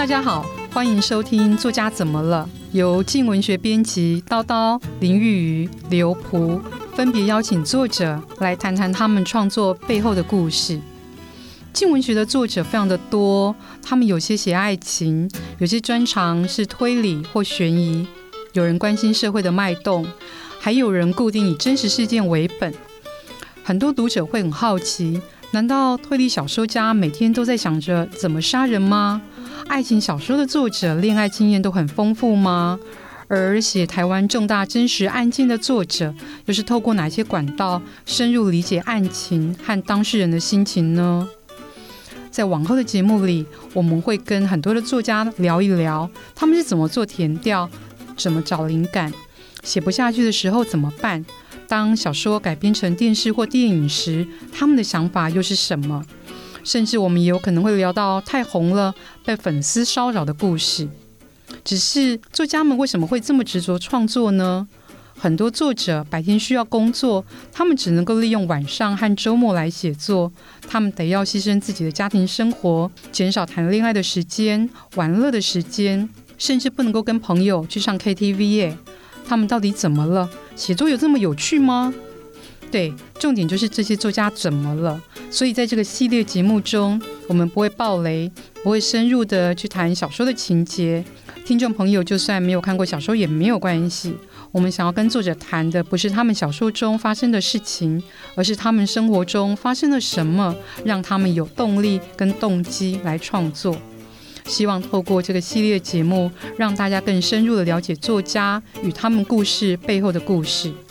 大家好，欢迎收听《作家怎么了》，由静文学编辑叨叨、林玉瑜、刘璞分别邀请作者来谈谈他们创作背后的故事。静文学的作者非常的多，他们有些写爱情，有些专长是推理或悬疑，有人关心社会的脉动，还有人固定以真实事件为本。很多读者会很好奇，难道推理小说家每天都在想着怎么杀人吗？爱情小说的作者恋爱经验都很丰富吗？而写台湾重大真实案件的作者又是透过哪些管道深入理解案情和当事人的心情呢？在往后的节目里，我们会跟很多的作家聊一聊，他们是怎么做填调，怎么找灵感，写不下去的时候怎么办，当小说改编成电视或电影时，他们的想法又是什么？甚至我们也有可能会聊到太红了被粉丝骚扰的故事。只是作家们为什么会这么执着创作呢？很多作者白天需要工作，他们只能够利用晚上和周末来写作，他们得要牺牲自己的家庭生活，减少谈恋爱的时间、玩乐的时间，甚至不能够跟朋友去上 KTV 耶。他们到底怎么了？写作有这么有趣吗？对，重点就是这些作家怎么了。所以在这个系列节目中，我们不会爆雷，不会深入的去谈小说的情节。听众朋友就算没有看过小说也没有关系，我们想要跟作者谈的不是他们小说中发生的事情，而是他们生活中发生了什么，让他们有动力跟动机来创作。希望透过这个系列节目，让大家更深入的了解作家与他们故事背后的故事。